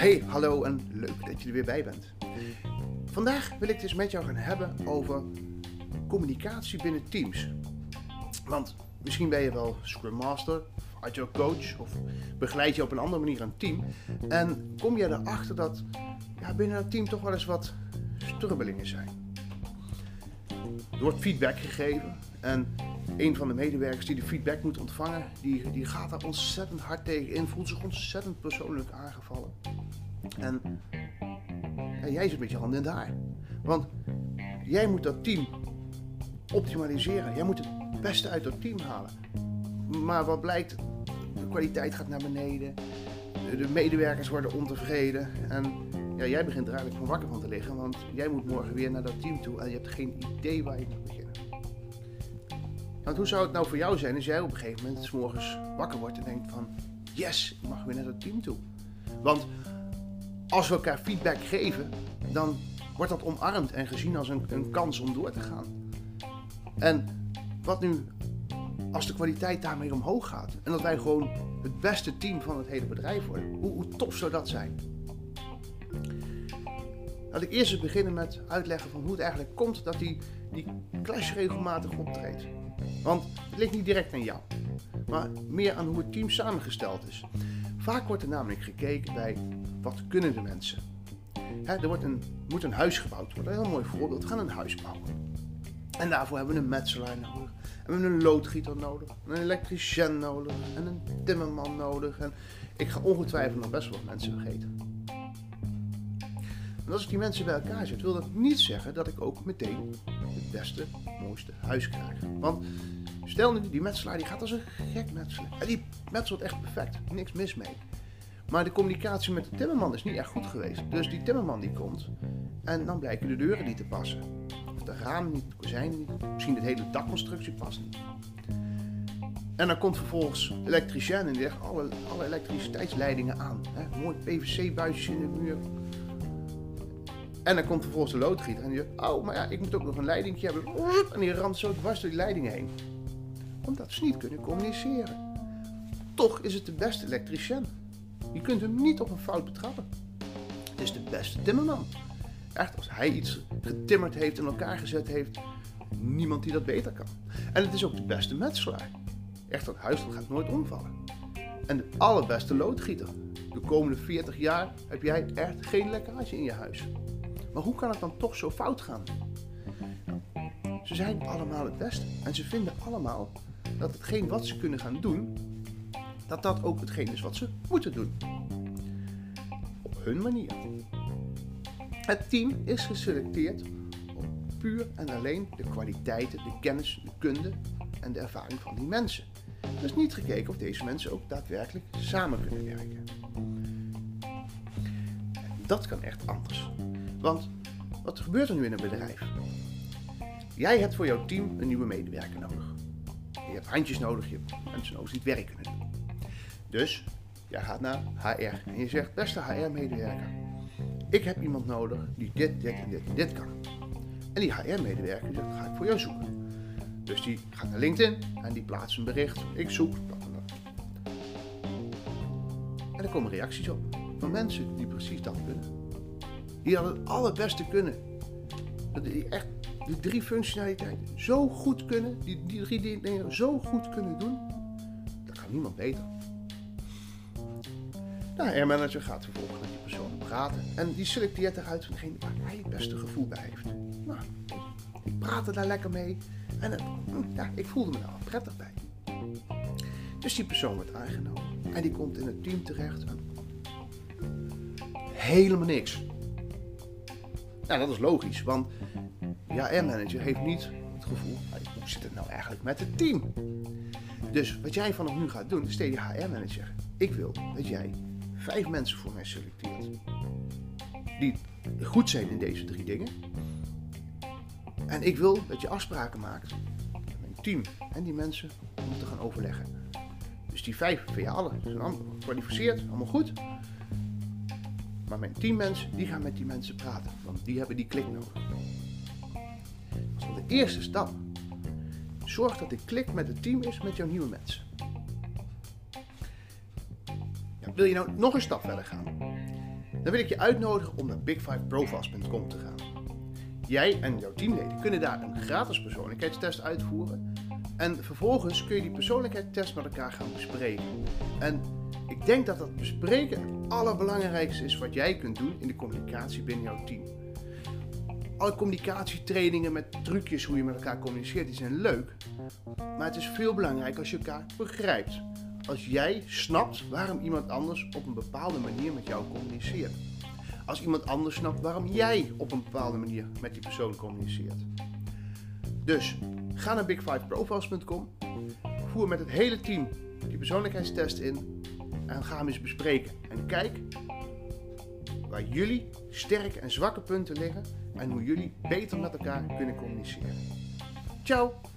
Hey, hallo en leuk dat je er weer bij bent. Vandaag wil ik het eens met jou gaan hebben over communicatie binnen teams. Want misschien ben je wel Scrum Master, of Agile Coach of begeleid je op een andere manier een team. En kom je erachter dat binnen dat team toch wel eens wat strubbelingen zijn. Er wordt feedback gegeven en een van de medewerkers die de feedback moet ontvangen, die gaat daar ontzettend hard tegen in, voelt zich ontzettend persoonlijk aangevallen. En jij zit met je handen in het haar. Want jij moet dat team optimaliseren. Jij moet het beste uit dat team halen. Maar wat blijkt, de kwaliteit gaat naar beneden. De medewerkers worden ontevreden. En jij begint er eigenlijk van wakker van te liggen. Want jij moet morgen weer naar dat team toe en je hebt geen idee waar je moet beginnen. Want hoe zou het nou voor jou zijn als jij op een gegeven moment 's morgens wakker wordt en denkt van yes, ik mag weer naar dat team toe. Want als we elkaar feedback geven, dan wordt dat omarmd en gezien als een kans om door te gaan. En wat nu als de kwaliteit daarmee omhoog gaat en dat wij gewoon het beste team van het hele bedrijf worden? Hoe tof zou dat zijn? Laat ik eerst eens beginnen met uitleggen van hoe het eigenlijk komt dat die clash regelmatig optreedt. Want het ligt niet direct aan jou, maar meer aan hoe het team samengesteld is. Vaak wordt er namelijk gekeken bij wat kunnen de mensen. Er moet een huis gebouwd worden. Een heel mooi voorbeeld. We gaan een huis bouwen. En daarvoor hebben we een metselaar nodig. En we hebben een loodgieter nodig. Een elektricien nodig. En een timmerman nodig. En ik ga ongetwijfeld nog best wel wat mensen vergeten. En als ik die mensen bij elkaar zet, wil dat niet zeggen dat ik ook meteen het beste, mooiste huis krijg. Want stel nu, die metselaar die gaat als een gek metselen. En die metselt echt perfect. Niks mis mee. Maar de communicatie met de timmerman is niet echt goed geweest. Dus die timmerman die komt en dan blijken de deuren niet te passen. Of de ramen niet, de kozijnen niet. Misschien de hele dakconstructie past niet. En dan komt vervolgens de elektricien en die legt alle elektriciteitsleidingen aan. Mooi PVC-buisjes in de muur. En dan komt vervolgens de loodgieter en die zegt, ik moet ook nog een leidingje hebben. En die ramt zo dwars door die leidingen heen. Omdat ze niet kunnen communiceren. Toch is het de beste elektricien. Je kunt hem niet op een fout betrappen. Het is de beste timmerman. Echt, als hij iets getimmerd heeft en elkaar gezet heeft, niemand die dat beter kan. En het is ook de beste metselaar. Echt, dat huis dat gaat nooit omvallen. En de allerbeste loodgieter. De komende 40 jaar heb jij echt geen lekkage in je huis. Maar hoe kan het dan toch zo fout gaan? Ze zijn allemaal het beste. En ze vinden allemaal dat hetgeen wat ze kunnen gaan doen, dat ook hetgeen is wat ze moeten doen. Op hun manier. Het team is geselecteerd op puur en alleen de kwaliteiten, de kennis, de kunde en de ervaring van die mensen. Er is niet gekeken of deze mensen ook daadwerkelijk samen kunnen werken. Dat kan echt anders. Want wat gebeurt er nu in een bedrijf? Jij hebt voor jouw team een nieuwe medewerker nodig. Je hebt handjes nodig, je hebt mensen nodig die het werk kunnen doen. Dus jij gaat naar HR en je zegt, beste HR-medewerker, ik heb iemand nodig die dit en dit kan. En die HR-medewerker zegt, ga ik voor jou zoeken. Dus die gaat naar LinkedIn en die plaatst een bericht, ik zoek dat en dat. En er komen reacties op van mensen die precies dat kunnen. Die dat het allerbeste kunnen. Die echt die 3 functionaliteiten zo goed kunnen, die 3 dingen zo goed kunnen doen, dat kan niemand beter. De HR-manager gaat vervolgens met die persoon praten en die selecteert eruit van degene waar hij het beste gevoel bij heeft. Nou, ik praatte daar lekker mee en ik voelde me daar wel prettig bij. Dus die persoon wordt aangenomen en die komt in het team terecht en helemaal niks. Nou, dat is logisch, want de HR-manager heeft niet het gevoel, hoe zit het nou eigenlijk met het team? Dus wat jij vanaf nu gaat doen, is tegen je HR-manager, ik wil dat jij 5 mensen voor mij selecteert die goed zijn in deze 3 dingen. En ik wil dat je afspraken maakt met mijn team en die mensen om te gaan overleggen. Dus die 5 van je allen zijn allemaal gekwalificeerd, allemaal goed. Maar mijn teammensen, die gaan met die mensen praten, want die hebben die klik nodig. Dus de eerste stap. Zorg dat de klik met het team is met jouw nieuwe mensen. Wil je nou nog een stap verder gaan? dan wil ik je uitnodigen om naar big5profiles.com te gaan. Jij en jouw teamleden kunnen daar een gratis persoonlijkheidstest uitvoeren. En vervolgens kun je die persoonlijkheidstest met elkaar gaan bespreken. En ik denk dat dat bespreken het allerbelangrijkste is wat jij kunt doen in de communicatie binnen jouw team. Alle communicatietrainingen met trucjes hoe je met elkaar communiceert, die zijn leuk. Maar het is veel belangrijker als je elkaar begrijpt. Als jij snapt waarom iemand anders op een bepaalde manier met jou communiceert. Als iemand anders snapt waarom jij op een bepaalde manier met die persoon communiceert. Dus ga naar big5profiles.com, voer met het hele team die persoonlijkheidstest in en ga hem eens bespreken. En kijk waar jullie sterke en zwakke punten liggen en hoe jullie beter met elkaar kunnen communiceren. Ciao!